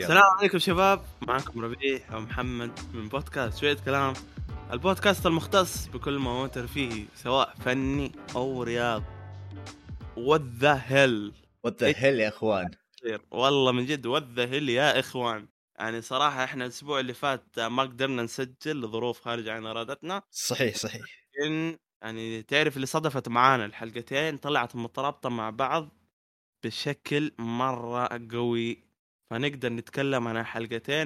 السلام عليكم شباب، معكم ربيع ومحمد من بودكاست شوية كلام، البودكاست المختص بكل ما هو ترفيهي سواء فني أو رياض. What the hell يا اخوان. والله من جد what the hell يا إخوان. يعني صراحة إحنا الأسبوع اللي فات ما قدرنا نسجل لظروف خارجة عن إرادتنا. صحيح. إن يعني تعرف اللي صدفت معانا الحلقتين طلعت مترابطة مع بعض بشكل مرة قوي، فنقدر نتكلم عن الحلقتين.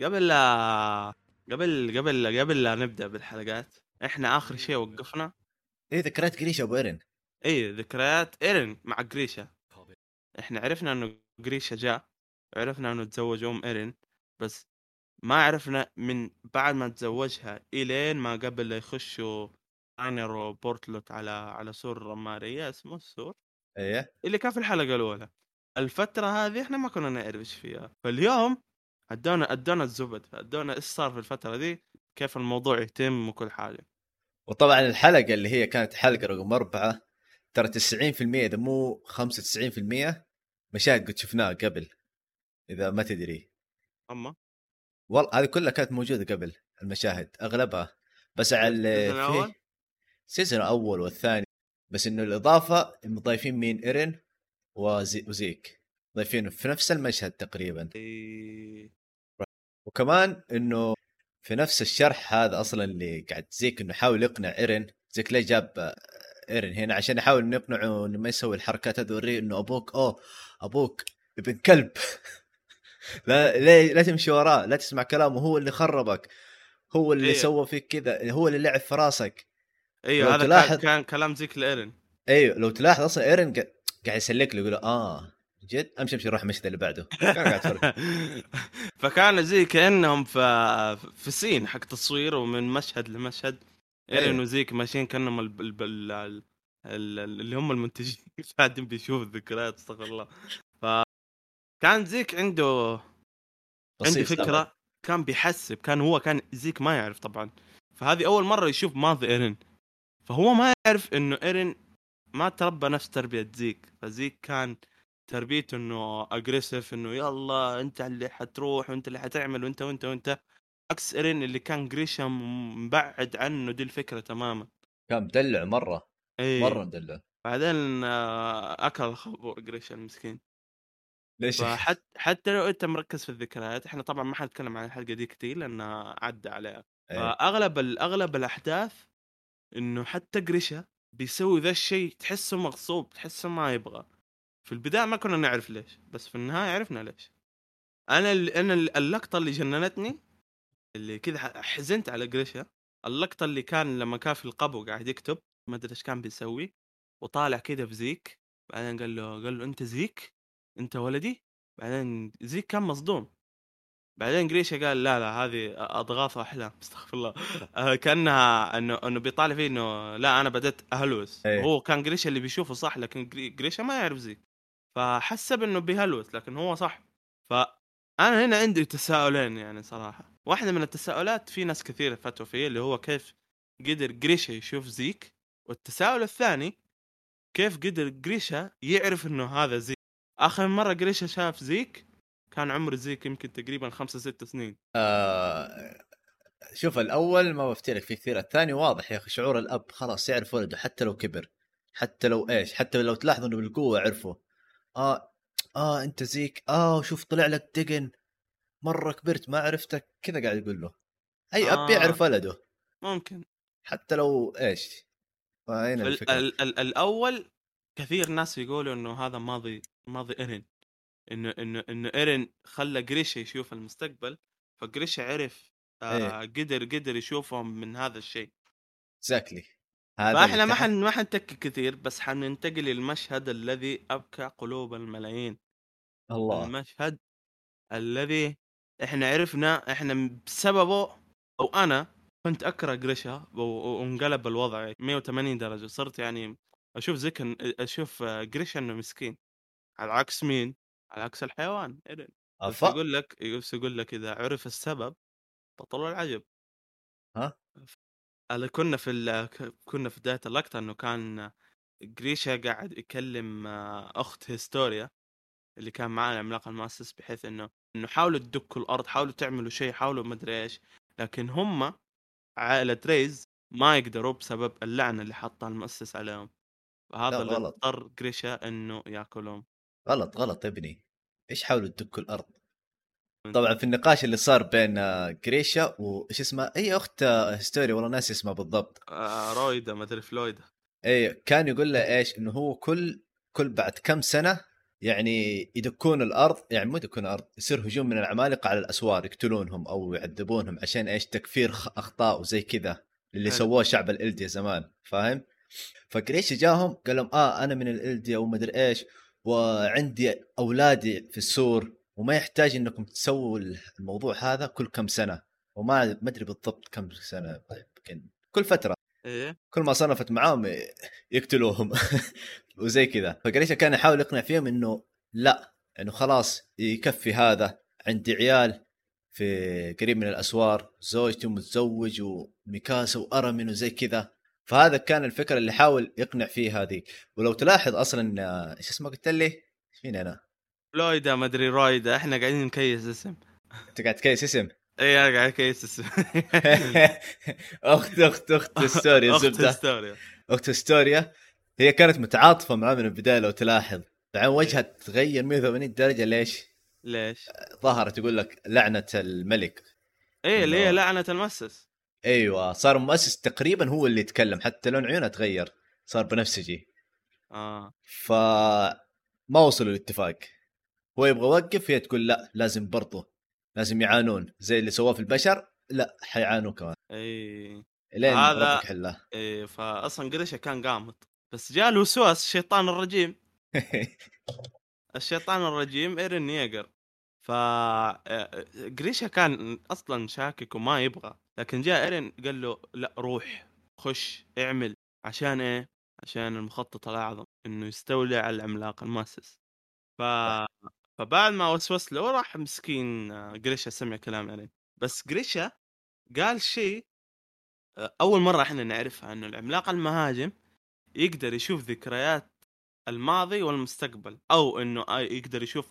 قبل لا نبدأ بالحلقات، احنا آخر شيء وقفنا ايه ذكريات قريش ابو ايرن؟ ذكريات إيرين مع قريشة. احنا عرفنا انه قريشة جاء، عرفنا انه تزوج إيرين، بس ما عرفنا من بعد ما تزوجها إلين ما قبل لا يخشوا راينر وبورتلوت على سور رمارية، اسمه السور ايه اللي كان في الحلقة الأولى. الفترة هذه احنا ما كنا نعرف ايش فيها، فاليوم ادونا الزبد، ادونا ايش صار في الفترة دي، كيف الموضوع يتم وكل حاجة. وطبعا الحلقه اللي هي كانت حلقه رقم 4 ترى 90% اذا مو 95% مشاهد قد شفناها قبل، اذا ما تدري. اما والله هذه كلها كانت موجوده قبل، المشاهد اغلبها، بس على السيزون فيه الأول سيزون الاول والثاني. بس انه الاضافه المضيفين مين؟ ايرين وزيك ضايفينه في نفس المشهد تقريبا. إيه... وكمان انه في نفس الشرح هذا اصلا اللي قاعد زيك انه يحاول يقنع ايرين. زيك ليه جاب ايرين هنا؟ عشان يحاول نقنعه انه ما يسوي الحركات هذه، ويوريه انه ابوك ابن كلب. لا تمشي وراه، لا تسمع كلامه، هو اللي خربك، هو اللي ايوه سوى فيك كذا، هو اللي لعب في راسك. ولو ايوه هذا تلاحظ، كان كلام زيك لإيرين. ايوه لو تلاحظ اصلا ايرين قاعد يسلك له، يقول جد امشي روح المشهد اللي بعده. كان قاعد يتفرج. فكان زي كأنهم في سين حق تصوير، ومن مشهد لمشهد إيرين ايوه وزيك ماشيين كأنهم اللي هم المنتجين قاعدين بيشوفوا الذكريات. استغفر الله. فكان زيك عنده بسيط طبعا. فكرة، كان بيحسب، كان زيك ما يعرف طبعا. فهذه أول مرة يشوف ماضي إيرين، فهو ما يعرف إنه إيرين ما تربى نفس تربية زيك. فزيك كان تربيته إنه أجريسيف، إنه يلا أنت اللي حتروح وأنت اللي حتعمل وأنت عكس إيرين اللي كان جريشا مبعد عنه. دي الفكرة تماما. كان مدلع مره، مره إيه مدلع. بعدين أكل الخبور جريشا المسكين. ليش؟ حتى لو انت مركز في الذكريات، احنا طبعا ما حنتكلم عن الحلقه دي كتير لانها عدى عليها. ايه فاغلب الاحداث انه حتى قريشة بيسوي ذا الشيء تحسه مغصوب، تحسه ما يبغى. في البدايه ما كنا نعرف ليش، بس في النهايه عرفنا ليش. انا اللقطه اللي جننتني، اللي كذا حزنت على قريشة، اللقطه اللي كان لما كان في القبو قاعد يكتب، ما ادري ايش كان بيسوي، وطالع كذا في زيك. بعدين قال له انت زيك، انت ولدي. بعدين زيك كان مصدوم. بعدين قريشة قال لا هذه اضغاث واحلام. استغفر الله. كانها انه بيطالع فيه انه لا انا بدأت اهلوس. ايه هو كان قريشة اللي بيشوفه صح، لكن قريشة ما يعرف زيك، فحسب انه بيهلوس لكن هو صح. فانا هنا عندي تساؤلين يعني صراحة. واحدة من التساؤلات في ناس كثير فتوا فيه، اللي هو كيف قدر قريشة يشوف زيك. والتساؤل الثاني، كيف قدر قريشة يعرف انه هذا زيك. اخر مرة قريشة شاف زيك كان عمر زيك يمكن تقريبا 5-6 سنين. شوف الاول ما بفترق فيه كثير، الثاني واضح يا اخي، شعور الاب خلاص يعرف ولده حتى لو كبر، حتى لو ايش، حتى لو تلاحظ انه بالقوه عرفه. اه انت زيك، شوف طلع لك دقن، مره كبرت ما عرفتك، كذا قاعد يقول له. اي اب اه يعرف ولده ممكن. حتى لو ايش. فهنا الفكره. الاول كثير ناس يقولوا انه هذا ماضي ايرين، انه ايرين خلى جريشة يشوف المستقبل، فجريشة عرف. ايه قدر يشوفهم من هذا الشيء. اكزاكتلي، هذا اللي فاحنا ما تحت. حن ما حنتك كثير، بس حننتقل للمشهد الذي ابكى قلوب الملايين. الله. المشهد الذي احنا عرفنا احنا بسببه، او انا كنت اكره جريشا، وانقلب الوضع 180 درجة. صرت يعني اشوف جريشا انه مسكين، على عكس مين؟ على عكس الحيوان إيرين. بس افا. يقول لك اذا عرف السبب بطل العجب. ها. هلا كنا في بداية اللقطة انه كان جريشا قاعد يكلم اخت هيستوريا اللي كان معاه العملاق المؤسس، بحيث انه انه حاولوا تدكوا الارض، حاولوا تعملوا شيء، حاولوا ما ادري ايش، لكن هم عائلة ريز ما يقدروا بسبب اللعنة اللي حطها المؤسس عليهم. لا فهذا اللي غلط، اضطر جريشا انه ياكلهم. غلط غلط يا ابني. ايش حاولوا تدكوا الارض؟ طبعا في النقاش اللي صار بين جريشا وايش اسمها اي اخت هستوري، والله ناسي اسمها بالضبط. رويدا ما ادري فلويدا. اي كان يقول له ايش انه هو كل بعد كم سنه يعني يدكون الارض، يعني مو يدكون الارض، يصير هجوم من العمالقه على الاسوار يقتلونهم او يعذبونهم عشان ايش تكفير اخطاء وزي كذا اللي حلو. سووه شعب الالديا زمان، فاهم؟ فكريش جاهم قال لهم انا من الالديا وما ادري ايش، وعندي اولادي في السور، وما يحتاج انكم تسووا الموضوع هذا كل كم سنه، وما ادري بالضبط كم سنه، يمكن كل فتره، ايه. كل ما صنفت معاهم يقتلوهم وزي كذا. فقريشة كان يحاول يقنع فيهم انه لا، انه خلاص يكفي هذا، عندي عيال في قريب من الاسوار، زوجتي متزوج وميكاسا وارمن وزي كذا. فهذا كان الفكرة اللي حاول يقنع فيه هذه. ولو تلاحظ اصلا ايش اسمه قلت لي مين انا؟ فلويدا ما ادري رويدا، احنا قاعدين نكيس اسم. انت قاعد تكيس اسم؟ ايه انا قاعد اكيس اسم. اخت ستوري اخت الزبده. هستوريا. اخت ستوريا هي كانت متعاطفه معاه من البدايه لو تلاحظ، بعدين وجهها إيه. تغير 180 درجه. ليش؟ ليش؟ ظهرت تقول لك لعنه الملك، ايه اللي هي انه لعنة المؤسس. ايوه صار مؤسس تقريبا هو اللي يتكلم، حتى لون عيونه تغير، صار بنفسجي. اه. ف ما وصلوا لاتفاق، هو يبغى يوقف، هي تقول لا لازم برضه، لازم يعانون زي اللي سواه في البشر، لا حيعانوا كمان ايه. الين فهذا. ربك حله. إيه فاصلا قريشة كان قامط، بس جاء الوسواس الشيطان الرجيم. الشيطان الرجيم ايرين ييجر. ف جريشا كان اصلا شاكك وما يبغى، لكن جاء ايرين قال له لا روح خش اعمل. عشان ايه؟ عشان المخطط الاعظم انه يستولي على العملاق المؤسس. ف... صح. فبعد ما وسوس له راح مسكين جريشا سمع كلام ايرين. بس جريشا قال شيء اول مره احنا نعرفها، انه العملاق المهاجم يقدر يشوف ذكريات الماضي والمستقبل، او انه يقدر يشوف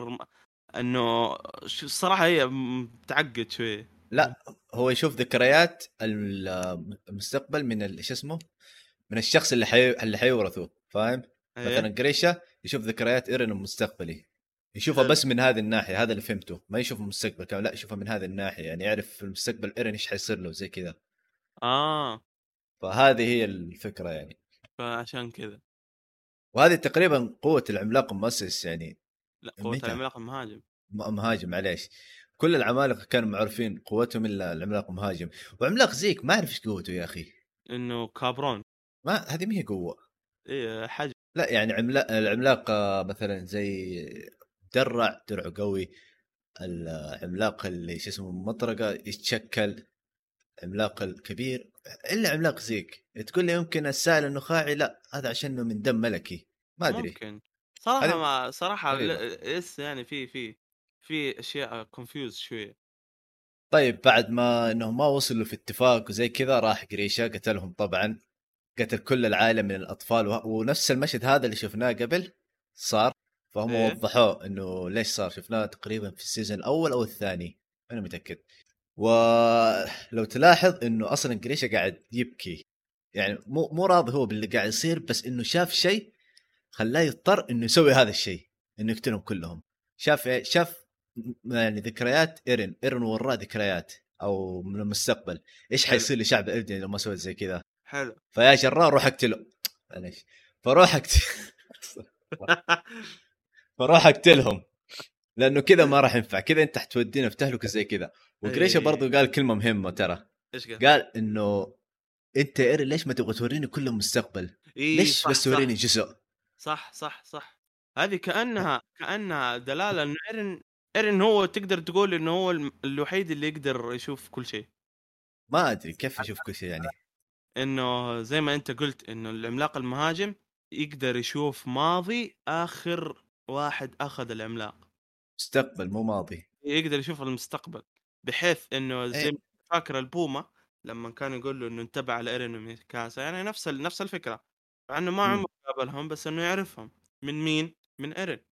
انه الصراحه هي تعقد شويه. لا هو يشوف ذكريات المستقبل من ايش اسمه، من الشخص اللي حيورثه، فاهم؟ ايه. مثلا قريشة يشوف ذكريات ايرين المستقبلي، يشوفها حلو. بس من هذه الناحيه، هذا اللي فهمته، ما يشوف المستقبل كمان، لا يشوفها من هذه الناحيه، يعني يعرف في المستقبل ايرين ايش حيصير له زي كذا. اه. فهذه هي الفكره يعني. فعشان كذا. وهذه تقريبا قوه العملاق المؤسس يعني. لا، قوه متى العملاق المهاجم. مهاجم معليش، كل العمالقه كانوا معروفين قوتهم الا العملاق المهاجم. وعملاق زيك ما اعرف ايش قوته يا اخي، انه كابرون. ما هذه ما هي قوه. ايه حجم. لا يعني العملاق مثلا زي درع قوي، العملاق اللي شو اسمه مطرقه يتشكل، عملاق الكبير، الا عملاق زيك تقول لي يمكن السائل النخاعي، لا هذا عشانه من دم ملكي، ما ادري. ممكن. صراحه هذه ما صراحه غريبه. لسه يعني في اشياء كونفيوز شويه. طيب بعد ما انهم ما وصلوا في اتفاق وزي كذا، راح قريشة قتلهم طبعا، قتل كل العائله من الاطفال، ونفس المشهد هذا اللي شفناه قبل صار، فهم ايه. وضحوه انه ليش صار، شفناه تقريبا في السيزون الاول او الثاني، انا متاكد. ولو تلاحظ انه اصلا قريشة قاعد يبكي، يعني مو راضي هو باللي قاعد يصير، بس انه شاف شيء خلاه يضطر انه يسوي هذا الشيء، انه يقتلهم كلهم. شاف إيه؟ شاف يعني ذكريات ايرن وراه ذكريات او من المستقبل، ايش حلو. حيصير لشعب ايرن لو ما سويت زي كذا. حلو. فيا جرار روح اقتله، معليش، فروح اقتل فروح اقتلهم، لانه كذا ما راح ينفع، كذا انت حتودينا في تهلكه زي كذا. وقريشه برضو ايه. قال كلمه مهمه ترى، ايش قال؟ قال انه انت يا ايرن ليش ما تبغى توريني كل المستقبل، ايه ليش صح بس توريني صح. جزء. صح. هذه كأنها دلالة انه ايرن هو تقدر تقول انه هو الوحيد اللي يقدر يشوف كل شيء. ما ادري كيف يشوف كل شيء يعني. انه زي ما انت قلت انه العملاق المهاجم يقدر يشوف ماضي اخر واحد اخذ العملاق، مستقبل مو ماضي. يقدر يشوف المستقبل، بحيث انه زي ايه. ما فاكر البومة لما كان يقول له انه انتبه على ايرين وميكاسا، يعني نفس الفكرة، مع انه ما عمره قابلهم بس انه يعرفهم. من مين؟ من ايرين.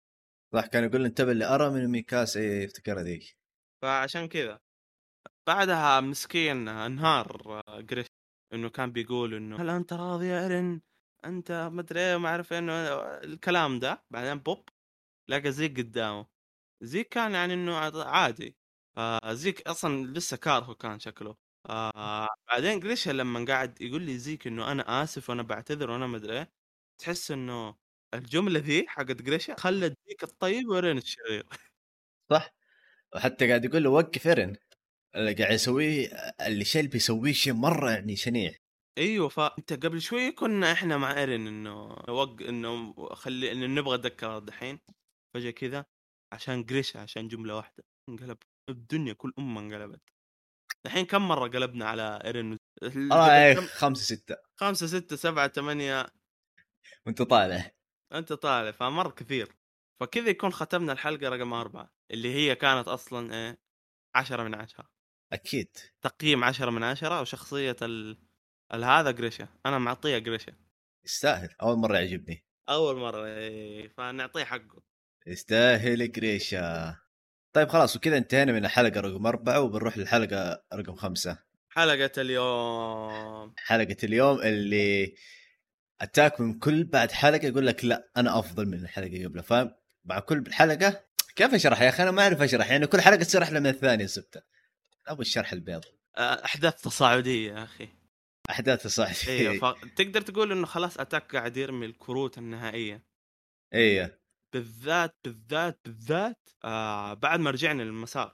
صح، كان يقول انتبه اللي ارى من ميكاسا، افتكر ذيك. فعشان كذا بعدها مسكين انهار جريش، انه كان بيقول انه هل انت راضي يا ايرين، انت مدري ايه، ما اعرف انه الكلام ده. بعدين بوب لقى زيك قدامه. زيك كان يعني انه عادي. زيك اصلا لسه كارهه كان شكله. بعدين جريشا لما قاعد يقول لي زيك انه انا اسف وانا بعتذر وانا مدري ايه، تحس انه الجمله ذي حقت جريشا خلت زيك الطيب ورين الشرير. صح، وحتى قاعد يقول له وقف ايرن، اللي قاعد يسويه، الشيء اللي بيسويه شيء مره يعني شنيع. ايوه، فانت قبل شوي كنا احنا مع ايرين انه انه خلي انه نبغى نتذكر دحين، فجاه كذا عشان جريشا، عشان جمله واحده انقلب الدنيا، كل انقلبت. دحين كم مره قلبنا على ايرين اه قبل ايه، كم؟ 5 6 5 6 7 8. وانت طالع. انت طالع، فمر كثير. فكذا يكون ختمنا الحلقه رقم 4 اللي هي كانت اصلا ايه، 10/10. اكيد تقييم 10/10. وشخصيه هذا جريشا، انا معطيه جريشا يستاهل، اول مره يعجبني. اول مره إيه، فنعطيه حقه. يستاهل قريشة. طيب خلاص، وكذا انتهينا من الحلقة رقم 4، وبنروح للحلقة رقم 5. حلقه اليوم. حلقة اليوم اللي اتاك من كل بعد حلقة يقول لك لا أنا أفضل من الحلقة اللي قبلها، فاهم؟ مع كل حلقة كيف أشرح يا أخي؟ أنا ما أعرف أشرح، يعني كل حلقة تصير أحلى من الثانية. سبتة أبو الشرح البيض. احداث تصاعديه يا اخي. أحداث صح. ايوه، فتقدر تقول انه خلاص اتاك قاعد يرمي الكروت النهائيه. إيه بالذات بعد ما رجعنا للمسار.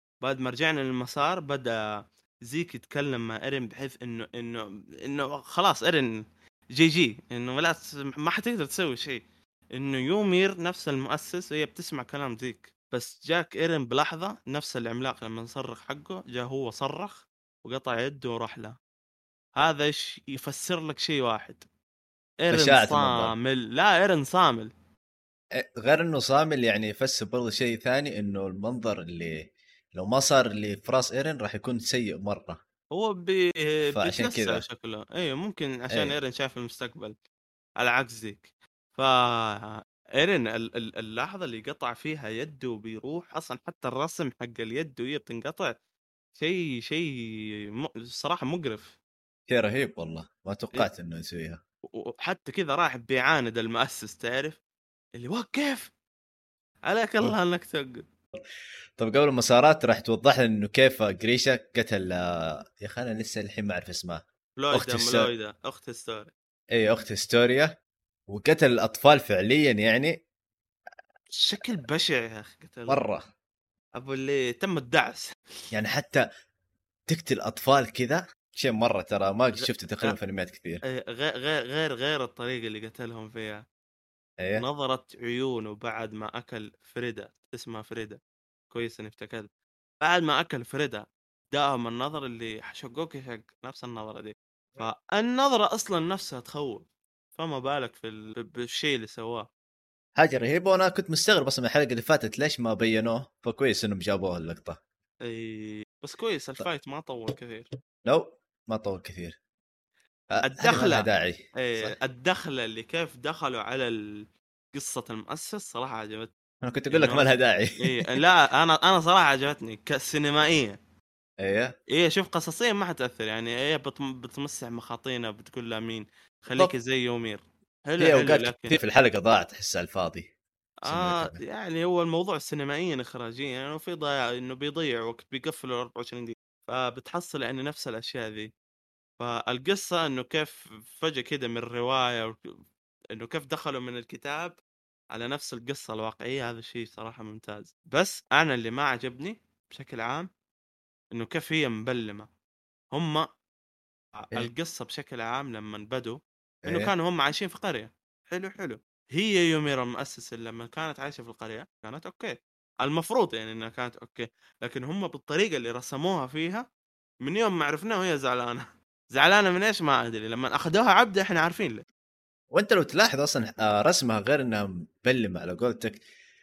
بدأ زيك يتكلم مع ايرين، بحيث انه خلاص ايرين جي انه لا ما حتقدر تسوي شيء. انه يومير نفس المؤسس وهي بتسمع كلام زيك. بس جاك ايرين بلحظة، نفس العملاق لما صرخ حقه جاء هو صرخ وقطع يده وراح له. هذا ايش يفسر لك؟ شيء واحد، ايرين بشاعة المنظر. صامل. لا، ايرين صامل. غير انه صامل، يعني يفسر برضه شيء ثاني، انه المنظر اللي لو ما صار اللي في راس ايرن راح يكون سيء مره. هو فعشان بيتلسع كذا شكله. ايوه، ممكن عشان ايه. ايرين شايف المستقبل على عكس زيك. ف ايرين اللحظه اللي قطع فيها يده وبيروح، اصلا حتى الرسم حق اليد وهي بتنقطع شيء الصراحه مقرف. شيء رهيب والله، ما إيه، توقعت انه يسويها. وحتى كذا راح بيعاند المؤسس، تعرف اللي وقف عليك أوف. الله انك توقف. طب قبل المسارات راح توضح لنا انه كيف جريشا قتل يا اخي انا لسه الحين ما اعرف اسمها. اخت ملويدا اخت ستوري. اي اخت هستوريا. وقتل الاطفال فعليا يعني. شكل بشع يا اخي قتلهم. مره. ابو اللي تم الدعس. يعني حتى تقتل اطفال كذا شيء مره، ترى ما قد غ... شفته آه، تقريبا في انميات كثير. غير الطريقة اللي قتلهم فيها. ايه. نظرة عيونه بعد ما أكل فريدة، اسمها فريدة، كويس إني افتكرت. بعد ما أكل فريدة داهم النظر اللي شقوك شق، نفس النظرة دي. فالنظرة أصلا نفسها تخوف، فما بالك بالشيء اللي سواه. حاجه رهيبه، وانا كنت مستغرب اصلا من الحلقه اللي فاتت ليش ما بينوه، فكويس انهم جابوها اللقطه. أي بس كويس الفايت ما طول كثير. لو ما طول كثير. هذه ما لها الدخلة داعي. صح. الدخلة اللي كيف دخلوا على قصة المؤسس صراحة عجبتني. انا كنت اقول لك ما انه لها داعي. إيه، لا انا صراحه عجبتني كسينمائيه. ايه إيه، شوف قصصيا ما حتاثر، يعني هي بتمسح مخاطينا، بتقول له مين خليك بالضبط. زي يومير. حلو في حلو، اوقات لكن كثير في الحلقه ضاعت احس على الفاضي. عشان كذا. يعني هو الموضوع سينمائيا اخراجيا يعني في ضياع، انه بيضيع وقت، بيقفلوا 24 دقيقه، فبتحصل يعني نفس الاشياء ذي. فالقصه انه كيف فجاه كده من الروايه انه كيف دخلوا من الكتاب على نفس القصه الواقعيه، هذا الشيء صراحه ممتاز. بس انا اللي ما عجبني بشكل عام انه كيف هي مبلمه. هم ايه القصه بشكل عام لما بدوا انه ايه. كانوا هم عايشين في قريه. حلو. هي يوميرا المؤسسه لما كانت عايشه في القريه كانت اوكي، المفروض يعني انها كانت اوكي. لكن هم بالطريقه اللي رسموها فيها، من يوم ما عرفناها وهي زعلانه. زعلانه من ايش ما ادري. لما اخذوها عبده احنا عارفين ليه. وانت لو تلاحظ اصلا رسمها غير انها مبلمه على قولتك،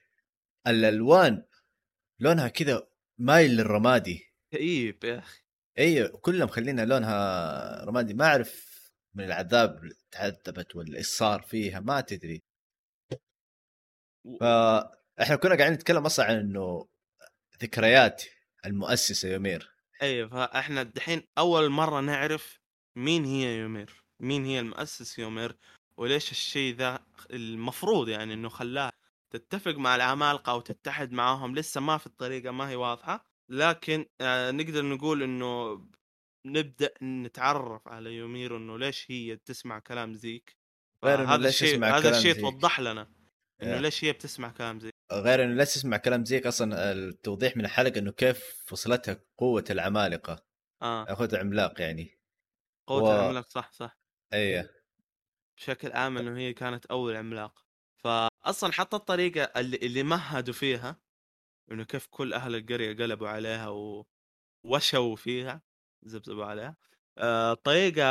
الالوان لونها كذا مايل للرمادي. كئيب يا اخي. اي كلهم مخلينها لونها رمادي، ما اعرف من العذاب اللي تعذبت ولا ايش صار فيها ما تدري. احنا كنا قاعدين نتكلم اصلا عن انه ذكريات المؤسسه يومير. اي، فاحنا الدحين اول مره نعرف مين هي يومير، مين هي المؤسس يومير، وليش الشيء ذا المفروض يعني انه خلاها تتفق مع العمالقه او تتحد معاهم. لسه ما في الطريقه، ما هي واضحه، لكن نقدر نقول انه نبدا نتعرف على يومير، انه ليش هي تسمع كلام زيك. غير انه فهذا ليش الشيء اسمع هذا كلام الشيء زيك. توضح لنا انه آه. ليش هي بتسمع كلام زيك. غير انه ليش تسمع كلام زيك، اصلا التوضيح من الحلقه انه كيف وصلتها قوه العمالقه، اه، قوه العملاق يعني. قوة و العملاق، صح صح. اي بشكل عام انه هي كانت اول عملاق. فاصلا حتى الطريقه اللي مهدوا فيها، انه كيف كل اهل القريه قلبوا عليها ووشوا فيها، زبزبوا عليها. طريقه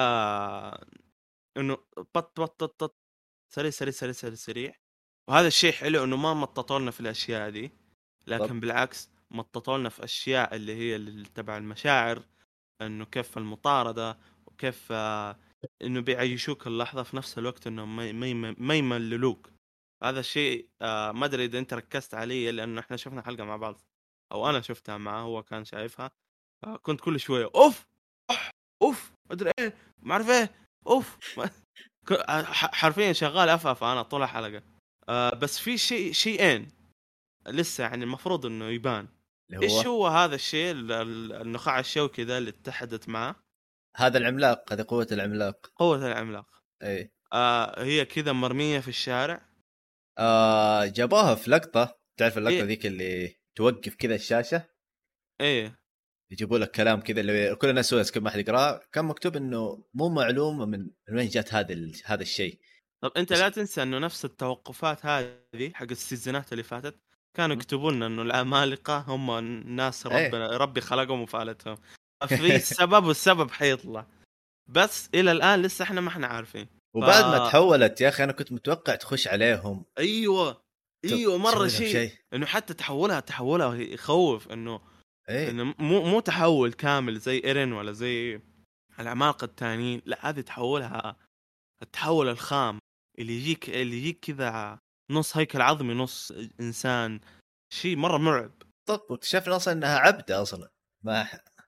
انه بط بط بط بط، سريع سريع سريع سريع سريع. وهذا الشيء حلو، انه ما مططوا لنا في الاشياء دي، طب لكن بالعكس مططوا لنا في اشياء اللي هي اللي تبع المشاعر، انه كيف المطاردة، وكيف انه بيعيشوك اللحظة في نفس الوقت، انه ما يمللوك. هذا الشيء ما ادري اذا انت ركزت عليه، لانه احنا شفنا حلقة مع بعض، او انا شفتها معه هو كان شايفها. كنت كل شوية اوف اوف ادري ايه، ما اعرف ايه، اوف حرفيا شغال افاف انا طول الحلقة. بس في شيئين لسه يعني المفروض انه يبان. اللي ايش هو هو هذا الشيء النخاع الشوكي ذا اللي اتحدت معه؟ هذا العملاق، هذه قوه العملاق. قوة العملاق. اي هي كذا مرمية في الشارع. جابوها في لقطه، تعرف اللقطه ايه ذيك اللي توقف كذا الشاشه، ايه. يجيبوا لك كلام كذا اللي كل الناس سوى كل ما حد يقراه، كان مكتوب انه مو معلومه من وين جات هذا الشيء. طب انت بس لا تنسى انه نفس التوقفات هذه حق السيزونات اللي فاتت كانوا م? يكتبوا لنا انه العمالقة هم الناس ايه ربي خلقهم وفعلتهم. في السبب والسبب حيطلع، بس الى الان لسه احنا ما احنا عارفين. ف وبعد ما تحولت يا اخي انا كنت متوقع تخش عليهم ايوه ايوه، مرة تسوي لهم شيء شيء. انه حتى تحولها يخوف، ايه انه مو تحول كامل زي ايرين ولا زي العمالقة التانيين، لا هذه تحولها التحول الخام، اللي يجيك كذا نص هيكل عظمي نص انسان. شيء مره مرعب. طب واكتشفنا اصلا انها عبده اصلا، مع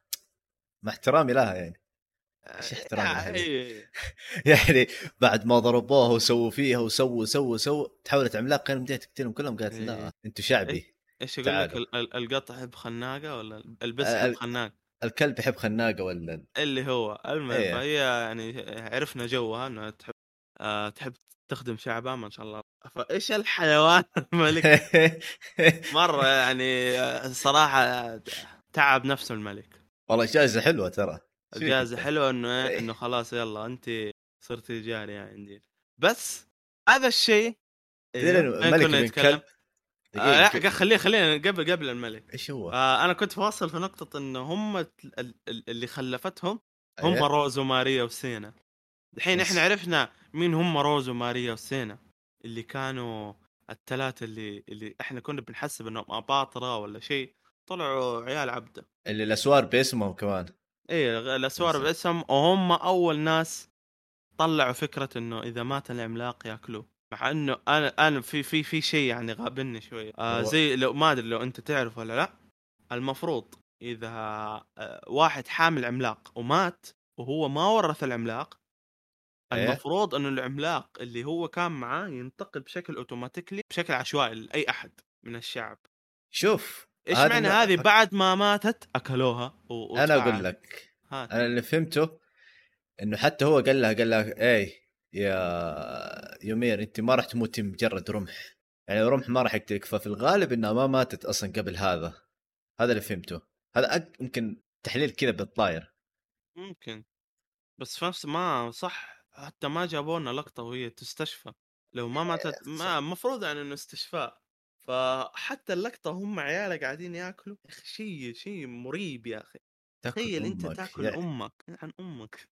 مع احترامي لها يعني. ايش احترامي لها دي؟ يعني يعني بعد ما ضربوها وسووا فيها وسووا تحولت عملاق، كان بديت تقتلهم كلهم، قالت لا انتوا ايش شعبي. ايش يقول لك تعالوا القط يحب خناقه ولا البس يحب ال- خناق؟ الكلب يحب خناقه ولا اللي هو المهم، ايه. فهي يعني عرفنا جوها انها تحب تخدم شعبها ما شاء الله. فايش الحيوان الملك مره يعني صراحه تعب نفسه الملك. والله جائزه حلوه ترى. ايش فيك الجائزة انت؟ حلوة انه ايه، ايه انه خلاص يلا انت صرتي جارية عندي. بس هذا الشيء. تدري ايوه، إنه فين الملك كنا ابن كلب. نتكلم؟ دقيقه لا خلينا قبل الملك. ايش هو؟ انا كنت فاصل في نقطة انه هم اللي خلفتهم هم ايه روز وماريا وسينا. الحين احنا بس عرفنا مين هم روز وماريا وسينا، اللي كانوا الثلاثة اللي احنا كنا بنحسب انهم اباطرة ولا شيء، طلعوا عيال عبدة. اللي الاسوار باسمهم كمان. ايه، الاسوار بس باسم، وهم اول ناس طلعوا فكرة انه اذا مات العملاق ياكلوه. مع انه انا في شيء يعني غابني شوية، اللي هو زي لو ما ادري لو انت تعرف ولا لا. المفروض اذا واحد حامل عملاق ومات وهو ما ورث العملاق، ايه المفروض انه العملاق اللي هو كان معاه ينتقل بشكل اوتوماتيكلي بشكل عشوائي لاي احد من الشعب. شوف ايش هذا معنى هذه؟ بعد ما ماتت اكلوها انا اقول وتفاعلوا. لك، هات. انا اللي فهمته انه حتى هو قال لها ايه يا يومير انت ما راح تموتي مجرد رمح، يعني رمح ما راح يقتلك، ففي الغالب انها ما ماتت اصلا قبل هذا. هذا اللي فهمته. هذا يمكن تحليل كذا بالطاير. ممكن، بس في نفس ما صح، حتى ما جابوا لنا لقطة وهي تستشفى. لو ما ماتت، ما المفروض يعني انه استشفاء. فحتى اللقطة هم عيالة قاعدين ياكلوا، يا اخي شيء مريب يا اخي. تاكل تخيل انت امك تاكل يعني. امك عن امك.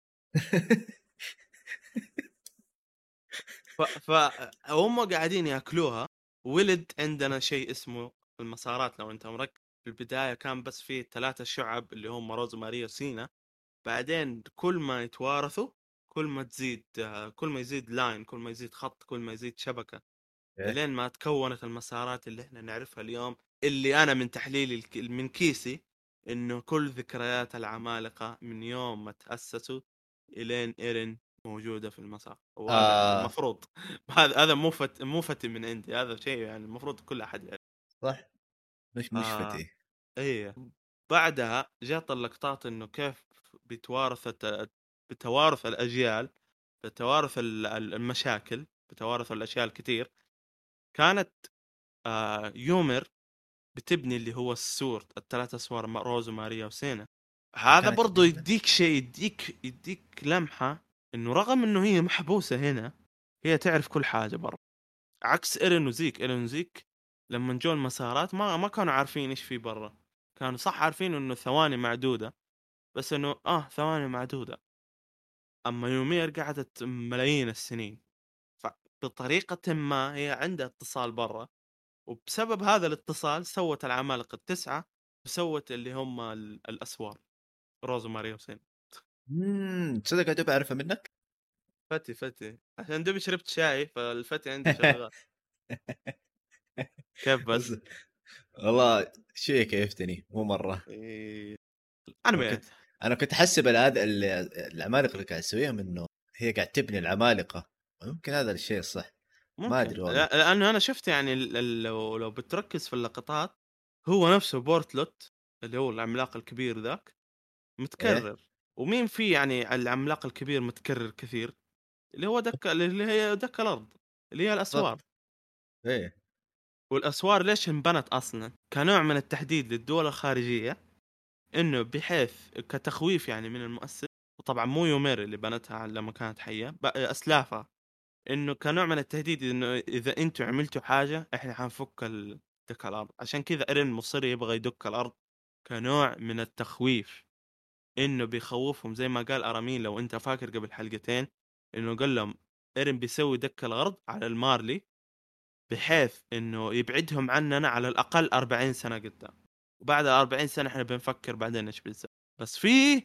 فهم قاعدين ياكلوها. ولد عندنا شيء اسمه المسارات، لو انت مركز. في البداية كان بس فيه 3 شعب اللي هم روز ماريا وسينا. بعدين كل ما يتوارثوا، كل ما تزيد كل ما يزيد لاين، كل ما يزيد خط، كل ما يزيد شبكة. إيه؟ لين ما تكونت المسارات اللي احنا نعرفها اليوم، اللي انا من تحليلي من كيسي انه كل ذكريات العمالقة من يوم ما تأسسوا الين ايرين موجودة في المسار. وهذا يعني آه المفروض هذا مو فتي من عندي، هذا شيء يعني المفروض كل احد يعرف. صح، مش آه فتي. ايه. بعدها جات اللقطات انه كيف بتوارث الاجيال، بتوارث المشاكل، بتوارث الاشياء الكثير. كانت يومر بتبني اللي هو السور، الثلاث اسوار، روز وماريا وسينا. هذا وكانت برضو يديك شيء، يديك لمحة انه رغم انه هي محبوسة هنا، هي تعرف كل حاجة برا. عكس ايرين وزيك لما جو المسارات ما كانوا عارفين ايش في برا. كانوا صح عارفين انه ثواني معدودة، بس انه ثواني معدودة. اما يومير قعدت ملايين السنين، فبطريقة ما هي عندها اتصال برا، وبسبب هذا الاتصال سوت العمالقة التسعة، وسوت اللي هم الأسوار، روز وماريا وسين. تصدق دوب اعرفها منك. فتي عشان دوبي شربت شاي، فالفتي عندي شغال. كيف بس بس؟ والله شيء كيفتني مو مره. إيه... انا انميات. كنت انا كنت احسب هذا العمالقه اللي قاعد تسويهم انه هي قاعد تبني العمالقه، ممكن هذا الشيء الصح. ما ممكن ادري والله. لانه انا شفت يعني لو بتركز في اللقطات، هو نفسه بورتلوت اللي هو العملاق الكبير ذاك ايه متكرر. ومين فيه يعني العملاق الكبير متكرر كثير، اللي هو اللي هي دك الارض، اللي هي الاسوار. بالضبط. ايه والاسوار ليش انبنت اصلا؟ كنوع من التحديد للدول الخارجيه، انه بحيث كتخويف يعني من المؤسس. وطبعا مو يومير اللي بنتها لما كانت حيه، اسلافها. انه كنوع من التهديد انه اذا انتم عملتوا حاجه احنا حنفك دك الارض. عشان كذا ايرين مصر يبغى يدك الارض كنوع من التخويف، انه بيخوفهم زي ما قال ارامين لو انت فاكر قبل حلقتين، انه قال لهم ايرين بيسوي دك الارض على المارلي بحيث انه يبعدهم عننا على الاقل 40 سنه قدام. وبعد 40 سنه احنا بنفكر بعدين ايش بيصير. بس في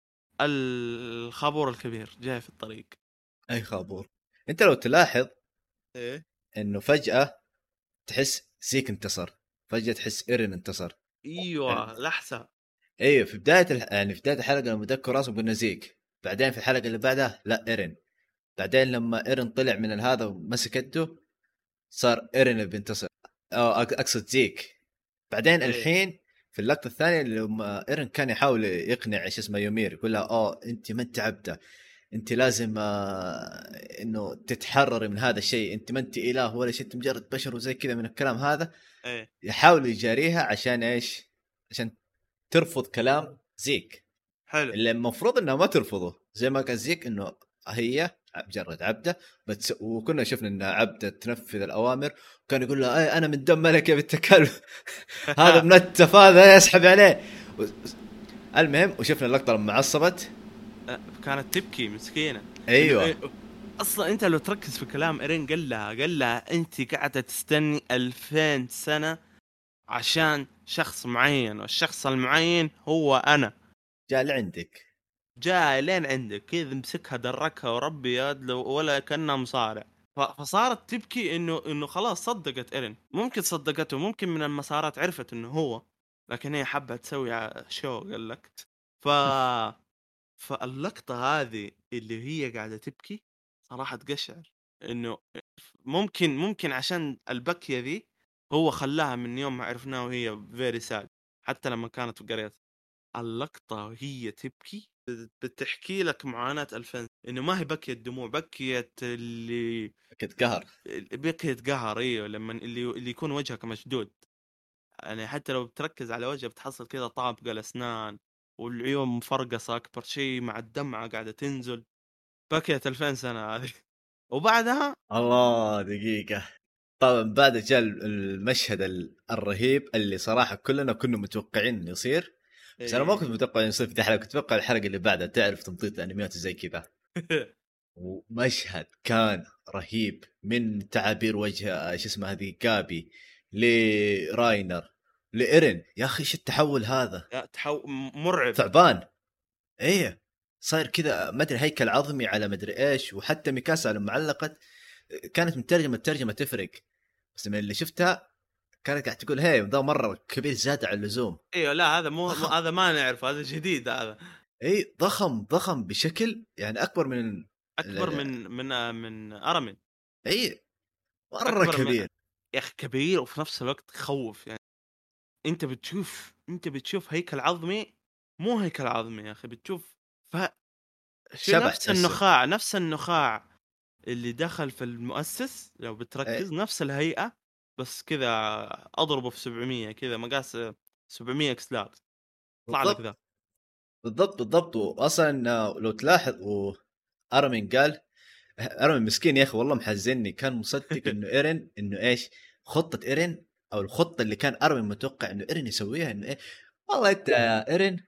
الخابور الكبير جاي في الطريق. اي خابور. انت لو تلاحظ ايه. انه فجاه تحس زيك انتصر، فجاه تحس ايرين انتصر. يعني ايوه لحظه. ايوه في بدايه يعني في بدايه الحلقه لما ذكر راسهم قلنا زيك، بعدين في الحلقه اللي بعدها لا ايرين، بعدين لما ايرين طلع من هذا ومسك يده صار ايرين اللي بينتصر. اقصد زيك. بعدين ايه. الحين في اللقطه الثانيه لما ايرين كان يحاول يقنع ايش اسمه يومير، يقول لها انت ما انت عبده، انت لازم انه تتحرري من هذا الشيء، انت ما انت اله ولا شيء، انت مجرد بشر وزي كذا من الكلام هذا. ايه. يحاول يجاريها عشان ايش؟ عشان ترفض كلام زيك حلو. اللي المفروض انها ما ترفضه، زي ما قال زيك انه هي مجرد عبده بس. وكنا شفنا انها عبده تنفذ الاوامر، وكان يقول لها انا من دم ملك يا بنت الكلب هذا منتف هذا يسحب عليه. المهم وشفنا اللقطه لما عصبت. كانت تبكي مسكينه. انه ايوه إيه، اصلا انت لو تركز في كلام ايرين، قال لها انت قاعده تستني 2000 سنه عشان شخص معين، والشخص المعين هو انا. جاء لعندك. جاء لين عندك كذا، مسكها دركها وربي يد ولا كانها مصارع. فصارت تبكي انه خلاص صدقت ايرين. ممكن صدقته، ممكن من المسارات عرفت انه هو، لكن هي حابه تسوي شو قال لك. ف فاللقطه هذه اللي هي قاعده تبكي صراحه تقشعر. انه ممكن عشان البكيه ذي هو خلاها من يوم ما عرفناه وهي فيري ساد. حتى لما كانت في قرية اللقطة وهي تبكي بتحكي لك معاناة الفن. انه ما هي بكية دموع، بكية اللي كنت قهر. بكية قهر. ايوه لما اللي يكون وجهك مشدود، يعني حتى لو بتركز على وجهه بتحصل كذا طابق الاسنان، والعيون مفرقصة اكبر شيء مع الدمعة قاعدة تنزل. بكية 2000 سنة هذه. وبعدها الله دقيقه. طبعا بعد جاء المشهد الرهيب اللي صراحه كلنا كنا متوقعين انه يصير، بس انا ما كنت ايه. متوقع انه يصير في الحلقه، كنت اتوقع الحلقه اللي بعدها، تعرف تمطيط الانميات زي كذا. ومشهد كان رهيب من تعابير وجه شو اسمه هذه جابي لراينر لإيرين. يا اخي ايش التحول هذا؟ لا مرعب. ثعبان. ايه صاير كذا ما ادري هيكل عظمي على ما ادري ايش. وحتى ميكاسا لما علقت كانت مترجمه الترجمه تفرق. بس من اللي شفتها كانت قاعد تقول هي ذا مره كبير زاد عن اللزوم. ايوه لا هذا ضخم. هذا ما نعرف، هذا جديد هذا. اي ضخم بشكل يعني اكبر من اكبر من ارمن. اي مره اكبر من، كبير. يا اخي كبير وفي نفس الوقت يخوف يعني. انت بتشوف هيكل عظمي، مو هيكل عظمي يا اخي، بتشوف ف شو شبح نفس تحسه. النخاع، نفس النخاع اللي دخل في المؤسس لو اي بتركز نفس الهيئة، بس كذا اضربه في 700 كذا مقاس 700 اكس لارج يطلع لك ذا. بالضبط بالضبط. واصلا لو تلاحظ ارمين قال، ارمين مسكين يا اخي والله محزنني، كان مصدق انه ايرين انه ايش خطه ايرين، او الخطه اللي كان ارمين متوقع انه ايرين يسويها، انه ايه والله انت يا ايرين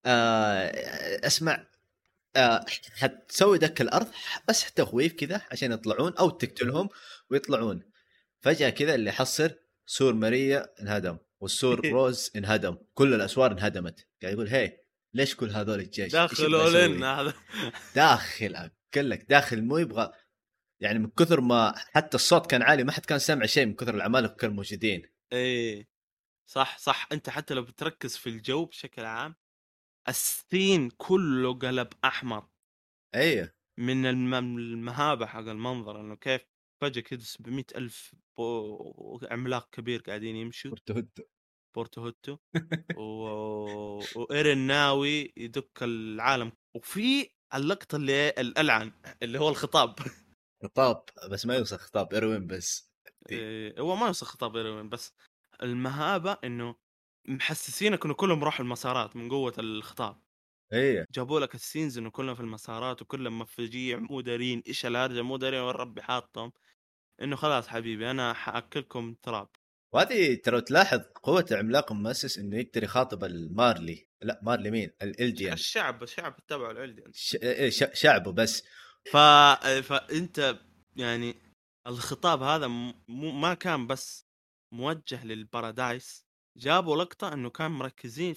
اسمع حتسوي دك الارض بس تخويف كذا عشان يطلعون او تقتلهم ويطلعون. فجاه كذا اللي حصر سور ماريا انهدم والسور روز انهدم، كل الاسوار انهدمت. قاعد يقول هي ليش كل هذول الجيش ايش داخل يبغى اولين يسوي؟ هذا. داخل اقول لك داخل مو يبغى، يعني من كثر ما حتى الصوت كان عالي ما حد كان سامع شيء من كثر العمالقه كانوا موجودين. ايه صح صح، انت حتى لو بتركز في الجو بشكل عام السين كله قلب احمر ايوه من المهابة حق المنظر، انه كيف فجأة كده 700 ألف عملاق كبير قاعدين يمشوا. ارتهد. بورتو هوتو و... وإيرين ناوي يدك العالم. وفي اللقطة اللي الألعن اللي هو الخطاب. خطاب بس ما يوصل خطاب اروين بس دي. هو ما يوصل خطاب إيرين بس المهابة إنه محسسينك إنه كلهم راحوا المسارات من قوة الخطاب. ايوه جابوا لك السينز إنه كلهم في المسارات وكلهم مفجيع مو دارين إيش الهرجة، مو دارين وين ربي حاطهم. إنه خلاص حبيبي أنا حأكلكم تراب. وهذه ترى تلاحظ قوه العملاق المؤسس انه يقدر يخاطب المارلي، لا مارلي مين الالديان، الشعب تبع العلدي. شعبه بس. ف... فانت يعني الخطاب هذا ما كان بس موجه للبارادايس. جابوا لقطة انه كان مركزين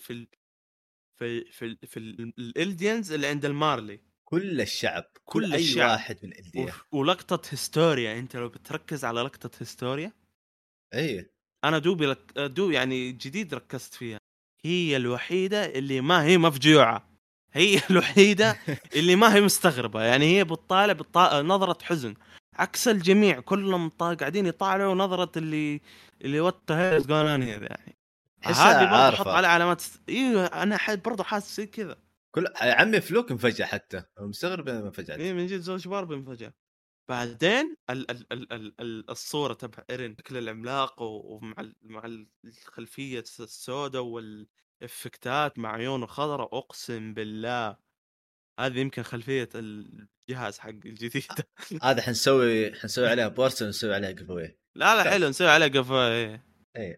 في الالديانز اللي عند المارلي، كل الشعب كل كل اي الشعب. واحد من الالديان. ولقطة هيستوريا، انت لو بتركز على لقطة هيستوريا، ايوه انا دوب يعني جديد ركزت فيها. هي الوحيدة اللي ما هي مفجوعة، هي الوحيدة اللي ما هي مستغربة، يعني هي بتطالع نظرة حزن عكس الجميع كلهم قاعدين يطالعوا نظرة اللي وات هيز جون اون يعني. حسها هذه برضه حط عارفه. على علامات ايوه انا برضه حاسس زي كذا. كل يا عمي فلوك انفجع حتى مستغرب انه انفجعت. ايه من جد زوج باربي انفجر. بعدين الصورة تبع ايرين شكل العملاق ومع مع الخلفية السوداء والافكتات مع عيونه خضراء، اقسم بالله هذه يمكن خلفية الجهاز حق الجديد. هذا حنسوي عليها بورس ونسوي عليها جيف. لا لا حلو بس نسوي عليه قفا ايه. اي.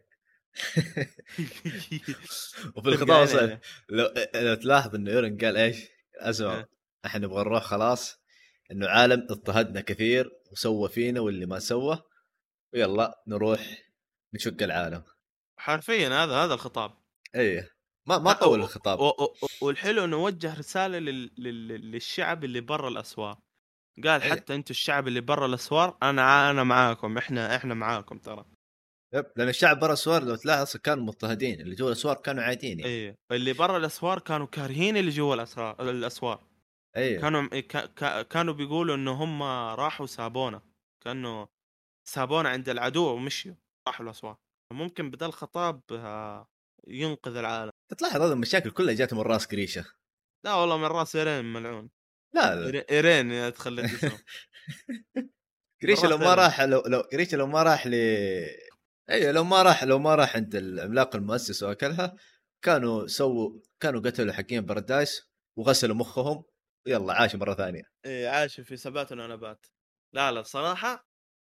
وفي تلقى الخطاب اصلا عينه. لو تلاحظ انه ايرن قال ايش اسمع، إيه. احنا نبغى نروح خلاص، انه عالم اضطهدنا كثير وسوى فينا واللي ما سوى، ويلا نروح نشق العالم. حرفيا هذا الخطاب. ايه ما طول الخطاب. والحلو انه وجه رسالة للشعب اللي برا الاسوار. قال ايه حتى انتم الشعب اللي برا الاسوار انا معاكم، احنا معاكم ترى. يب، لان الشعب برا السوار لو تلاحظ كانوا مضطهدين، اللي جوا الاسوار كانوا عاديين يعني. ايه اللي برا الاسوار كانوا كارهين اللي جوا الاسوار. ايه كانوا بيقولوا انه هم راحوا سابونا، كانوا سابونا عند العدو ومشيوا راحوا الاسوار. ممكن بدل الخطاب ينقذ العالم. تلاحظ هذه المشاكل كلها جات من راس قريشه. لا والله من راس ايرين ملعون. لا لا ايرين يا تخليت اسمه. من قريشه لو راس ما ايرين. راح، لو قريشه لو ما راح ايوه لو ما راح عند العملاق المؤسس واكلها، كانوا قتلوا حقين بردايس وغسلوا مخهم ويلا عاشوا مره ثانيه. إيه عايش في ثبات ونبات. لا لا صراحة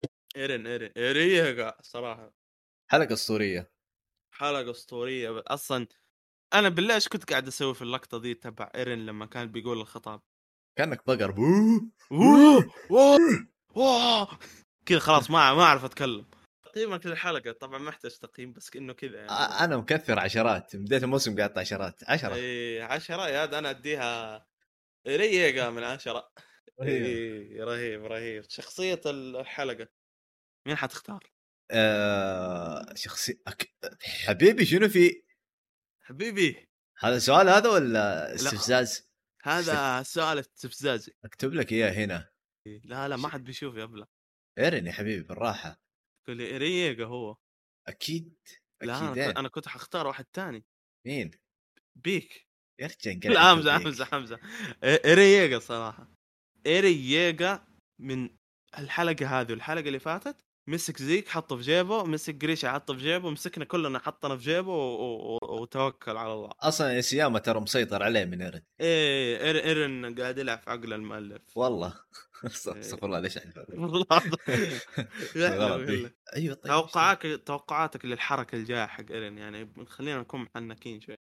ايرين صراحة حلقه اسطوريه. حلقة اسطورية اصلا. انا بالله ايش كنت قاعد اسوي في اللقطة دي تبع ايرين لما كان بيقول الخطاب. كانك بقر بو. ووو ووو ووو كذا خلاص ما اعرف اتكلم. تقييمك للحلقة طبعا ما احتاج تقييم بس انه كذا يعني. انا مكثر عشرات، بدايه الموسم قاعد عشرات 10. ايه 10 يا هذا انا اديها ريقة من 10. ايوه ايه رهيب شخصية الحلقة مين حتختار؟ شخصي حبيبي شنو في حبيبي هذا سؤال هذا ولا لا، استفزاز؟ هذا سؤال استفزازي. اكتب لك اياه هنا. لا ما حد بيشوف يا ابله. ايرن يا حبيبي بالراحه. تقول لي رييجا هو. اكيد لا اكيدين. انا كنت حختار واحد تاني. مين؟ بيك. يرجع لا نقلع امزح بيك. امزح. رييجا صراحه. رييجا من الحلقه هذه والحلقه اللي فاتت مسك زيك حطه في جيبه، مسك جريشة حطه في جيبه، مسكنا كلنا حطنا في جيبه وتوكل على الله. اصلا سياما ترى مسيطر عليه من ايرن. ايه ايرن قاعد يلعب في عقل المؤلف والله. إيه. استغفر الله ليش احلف. والله بالغلط يحلم دي. لك. ايوه طيب توقعاتك للحركه الجايه حق ايرن، يعني خلينا نكون محنكين شوي.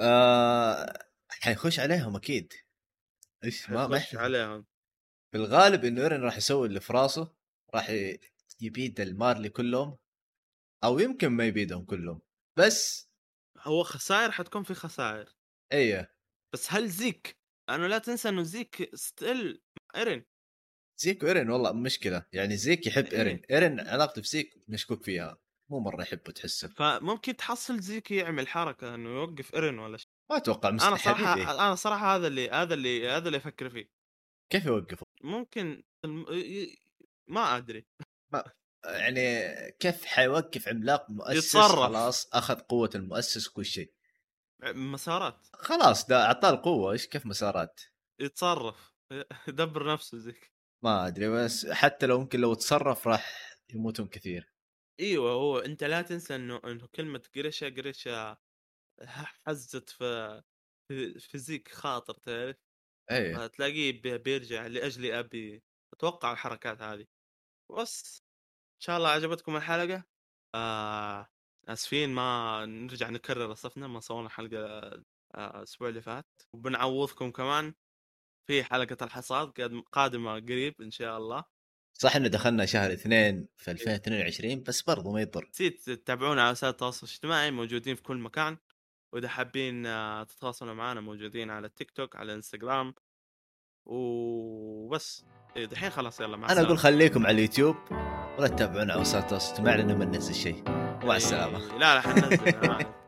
حيخش عليهم اكيد. ايش ما حيخش يحلف. عليهم. بالغالب انه ايرن راح يسوي اللي في راسه. راح يبيد المارلي كلهم. او يمكن ما يبيدهم كلهم. بس. هو خسائر حتكون في خسائر. ايه. بس هل زيك، انا لا تنسى انه زيك ستيل مع ايرن. زيك وايرن والله مشكله يعني زيك يحب ايرن. ايه ايرن علاقته في زيك مشكوك فيها. مو مره يحبه تحسه. فممكن تحصل زيك يعمل حركه انه يوقف ايرن ولا شيء. ما اتوقع انا حبيبي. صراحه انا صراحه هذا اللي افكر فيه. كيف يوقفه؟ ممكن ما ادري. ما يعني كيف حيوقف عملاق مؤسس يتصرف خلاص اخذ قوه المؤسس وكل شيء. مسارات. خلاص ده اعطاه القوه ايش كيف مسارات. يتصرف يدبر نفسه زيك. ما ادري بس حتى لو ممكن لو تصرف راح يموتون كثير. ايوه هو انت لا تنسى انه كلمه قريشه حزت في زيك خاطر تعرف. ايه. فتلاقيه بيرجع لاجل ابي. اتوقع الحركات هذه. بس ان شاء الله عجبتكم الحلقه. اسفين ما نرجع نكرر صفنا ما صورنا حلقه الاسبوع اللي فات، وبنعوضكم كمان في حلقه الحصاد قادمه قريب ان شاء الله. صح انه دخلنا شهر 2 في 2022 بس برضو ما يضر. نسيت تتابعونا على وسائل التواصل الاجتماعي، موجودين في كل مكان. واذا حابين تتواصلوا معنا موجودين على التيك توك، على الانستغرام وبس. دحين خلاص يلا مع انا اقول السلامه. خليكم على اليوتيوب ولا تتابعونا على وسائل التواصل الاجتماعي لانه ما ننزل شيء. ومع السلامه. لا حننزل